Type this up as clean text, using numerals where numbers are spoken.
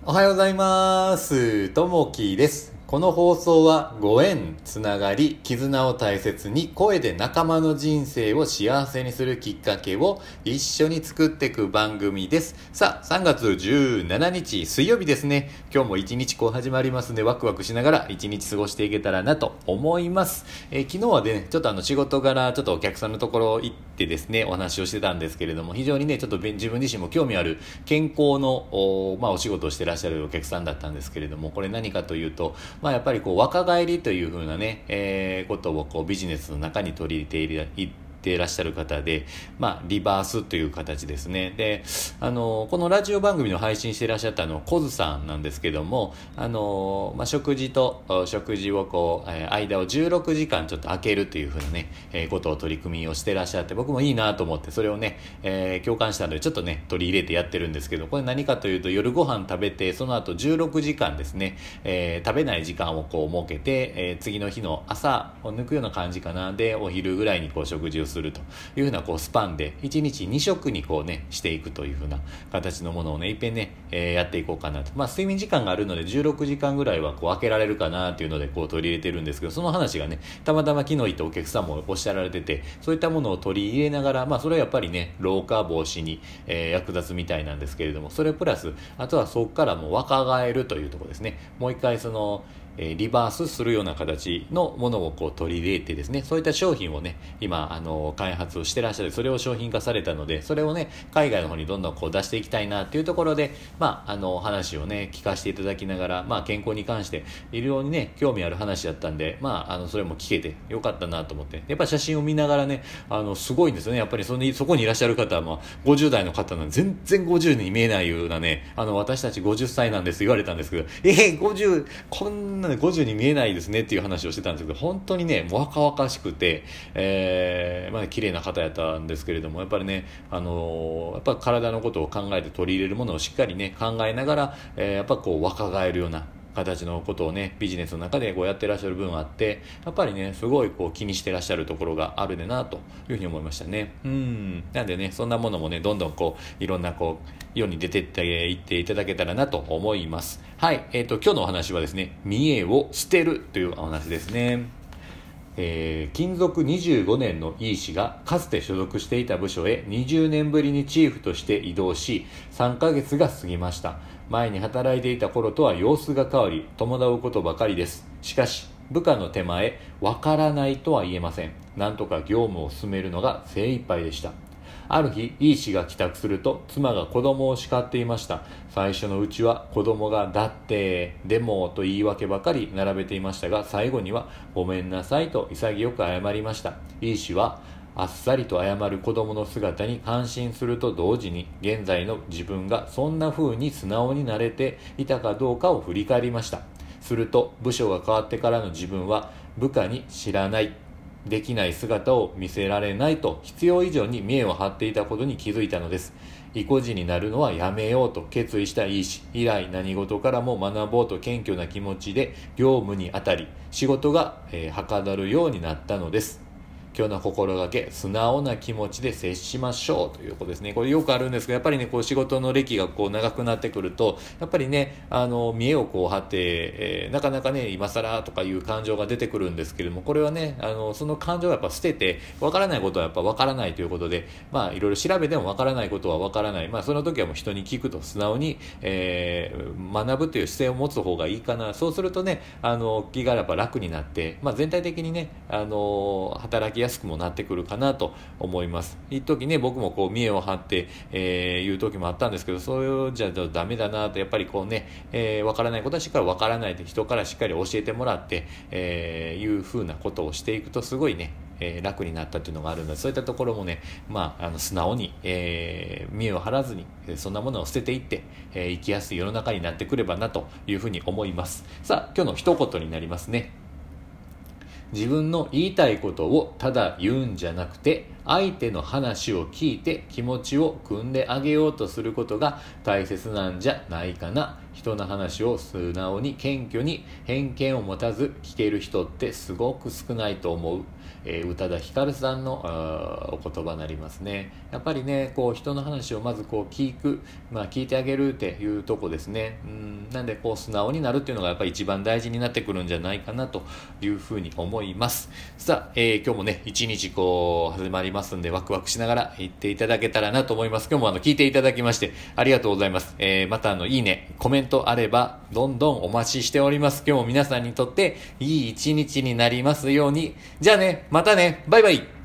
おはようございます。ともきです。この放送はご縁、つながり、絆を大切に声で仲間の人生を幸せにするきっかけを一緒に作っていく番組です。さあ、3月17日水曜日ですね。今日も一日始まりますのでワクワクしながら一日過ごしていけたらなと思います。昨日はね、ちょっと仕事柄ちょっとお客さんのところ行ってですね、お話をしてたんですけれども、非常にね、ちょっと自分自身も興味ある健康のお仕事をしてらっしゃるお客さんだったんですけれども、これ何かというと、やっぱり若返りというふうなね、ことをビジネスの中に取り入れていらっしゃる方で、リバースという形ですね。で、このラジオ番組の配信していらっしゃったコズさんなんですけども、食事と食事を間を16時間ちょっと空けるというふうなね、ことを取り組みをしていらっしゃって、僕もいいなと思って、それをね、共感したので、ちょっとね、取り入れてやってるんですけど、これ何かというと、夜ご飯食べて、その後16時間ですね、食べない時間を設けて、次の日の朝を抜くような感じかな、で、お昼ぐらいに食事をするというふうなスパンで1日2食にしていくというふうな形のものをね、いっぺんね、やっていこうかなと。睡眠時間があるので16時間ぐらいは空けられるかなっていうので取り入れてるんですけど、その話がね、たまたま昨日行ったお客さんもおっしゃられてて、そういったものを取り入れながら、それはやっぱりね、老化防止に、役立つみたいなんですけれども、それプラスあとはそこからもう若返るというところですね。もう一回リバースするような形のものを取り入れてですね、そういった商品をね、今開発をしてらっしゃる、それを商品化されたので、それをね、海外の方にどんどん出していきたいなっていうところで、話をね、聞かせていただきながら、健康に関していろいろにね、興味ある話だったんで、それも聞けてよかったなと思って、やっぱり写真を見ながらね、すごいんですよね。やっぱりそこにいらっしゃる方は、50代の方なんで全然50に見えないようなね、私たち50歳なんです言われたんですけど、50、こんな50に見えないですねっていう話をしてたんですけど、本当にね、若々しくて、綺麗な方やったんですけれども、やっぱりね、やっぱ体のことを考えて取り入れるものをしっかりね、考えながら、やっぱ若返るような形のことをね、ビジネスの中でやってらっしゃる分あって、やっぱりね、すごい気にしてらっしゃるところがあるねなというふうに思いましたね。なんでね、そんなものもね、どんどんいろんな世に出てっていっていただけたらなと思います。はい、今日のお話はですね、見栄を捨てるというお話ですね。勤続25年の E 氏がかつて所属していた部署へ20年ぶりにチーフとして異動し、3ヶ月が過ぎました。前に働いていた頃とは様子が変わり、戸惑うことばかりです。しかし、部下の手前、わからないとは言えません。なんとか業務を進めるのが精一杯でした。ある日、E 氏が帰宅すると、妻が子供を叱っていました。最初のうちは子供がだって、でもと言い訳ばかり並べていましたが、最後にはごめんなさいと潔く謝りました。E 氏は、あっさりと謝る子供の姿に感心すると同時に、現在の自分がそんな風に素直になれていたかどうかを振り返りました。すると、部署が変わってからの自分は、部下に知らない、できない姿を見せられないと必要以上に見栄を張っていたことに気づいたのです。意固地になるのはやめようと決意したいし、以来何事からも学ぼうと謙虚な気持ちで業務に当たり、仕事が、はかどるようになったのです。今日の心がけ、素直な気持ちで接しましょうということですね。これよくあるんですが、やっぱりね、仕事の歴が長くなってくると、やっぱりね、見栄を張って、なかなかね、今更とかいう感情が出てくるんですけれども、これはね、その感情をやっぱ捨てて、わからないことはやっぱわからないということで、いろいろ調べてもわからないことはわからない。その時はもう人に聞くと素直に、学ぶという姿勢を持つ方がいいかな。そうするとね、気がやっぱ楽になって、全体的にね、働きやすくもなってくるかなと思います。一時ね、僕も見栄を張って、言う時もあったんですけど、そういうじゃダメだなと、やっぱりわからないことはしっかりわからないで、人からしっかり教えてもらって、いうふうなことをしていくとすごいね、楽になったというのがあるので、そういったところもね、素直に、見栄を張らずに、そんなものを捨てていって、生きやすい世の中になってくればなというふうに思います。さあ、今日の一言になりますね。 自分の言いたいことをただ言うんじゃなくて、相手の話を聞いて気持ちを汲んであげようとすることが大切なんじゃないかな。人の話を素直に謙虚に偏見を持たず聞ける人ってすごく少ないと思う。宇多田ヒカルさんのお言葉になりますね。やっぱりね、こう人の話をまずこう聞いてあげるっていうとこですね。なんでこう素直になるっていうのがやっぱり一番大事になってくるんじゃないかなというふうに思います。さあ、今日もね、一日こう始まりますんで、ワクワクしながら行っていただけたらなと思います。今日も聞いていただきましてありがとうございます。またいいね、コメントあればどんどんお待ちしております。今日も皆さんにとっていい一日になりますように。じゃあね、またね、バイバイ。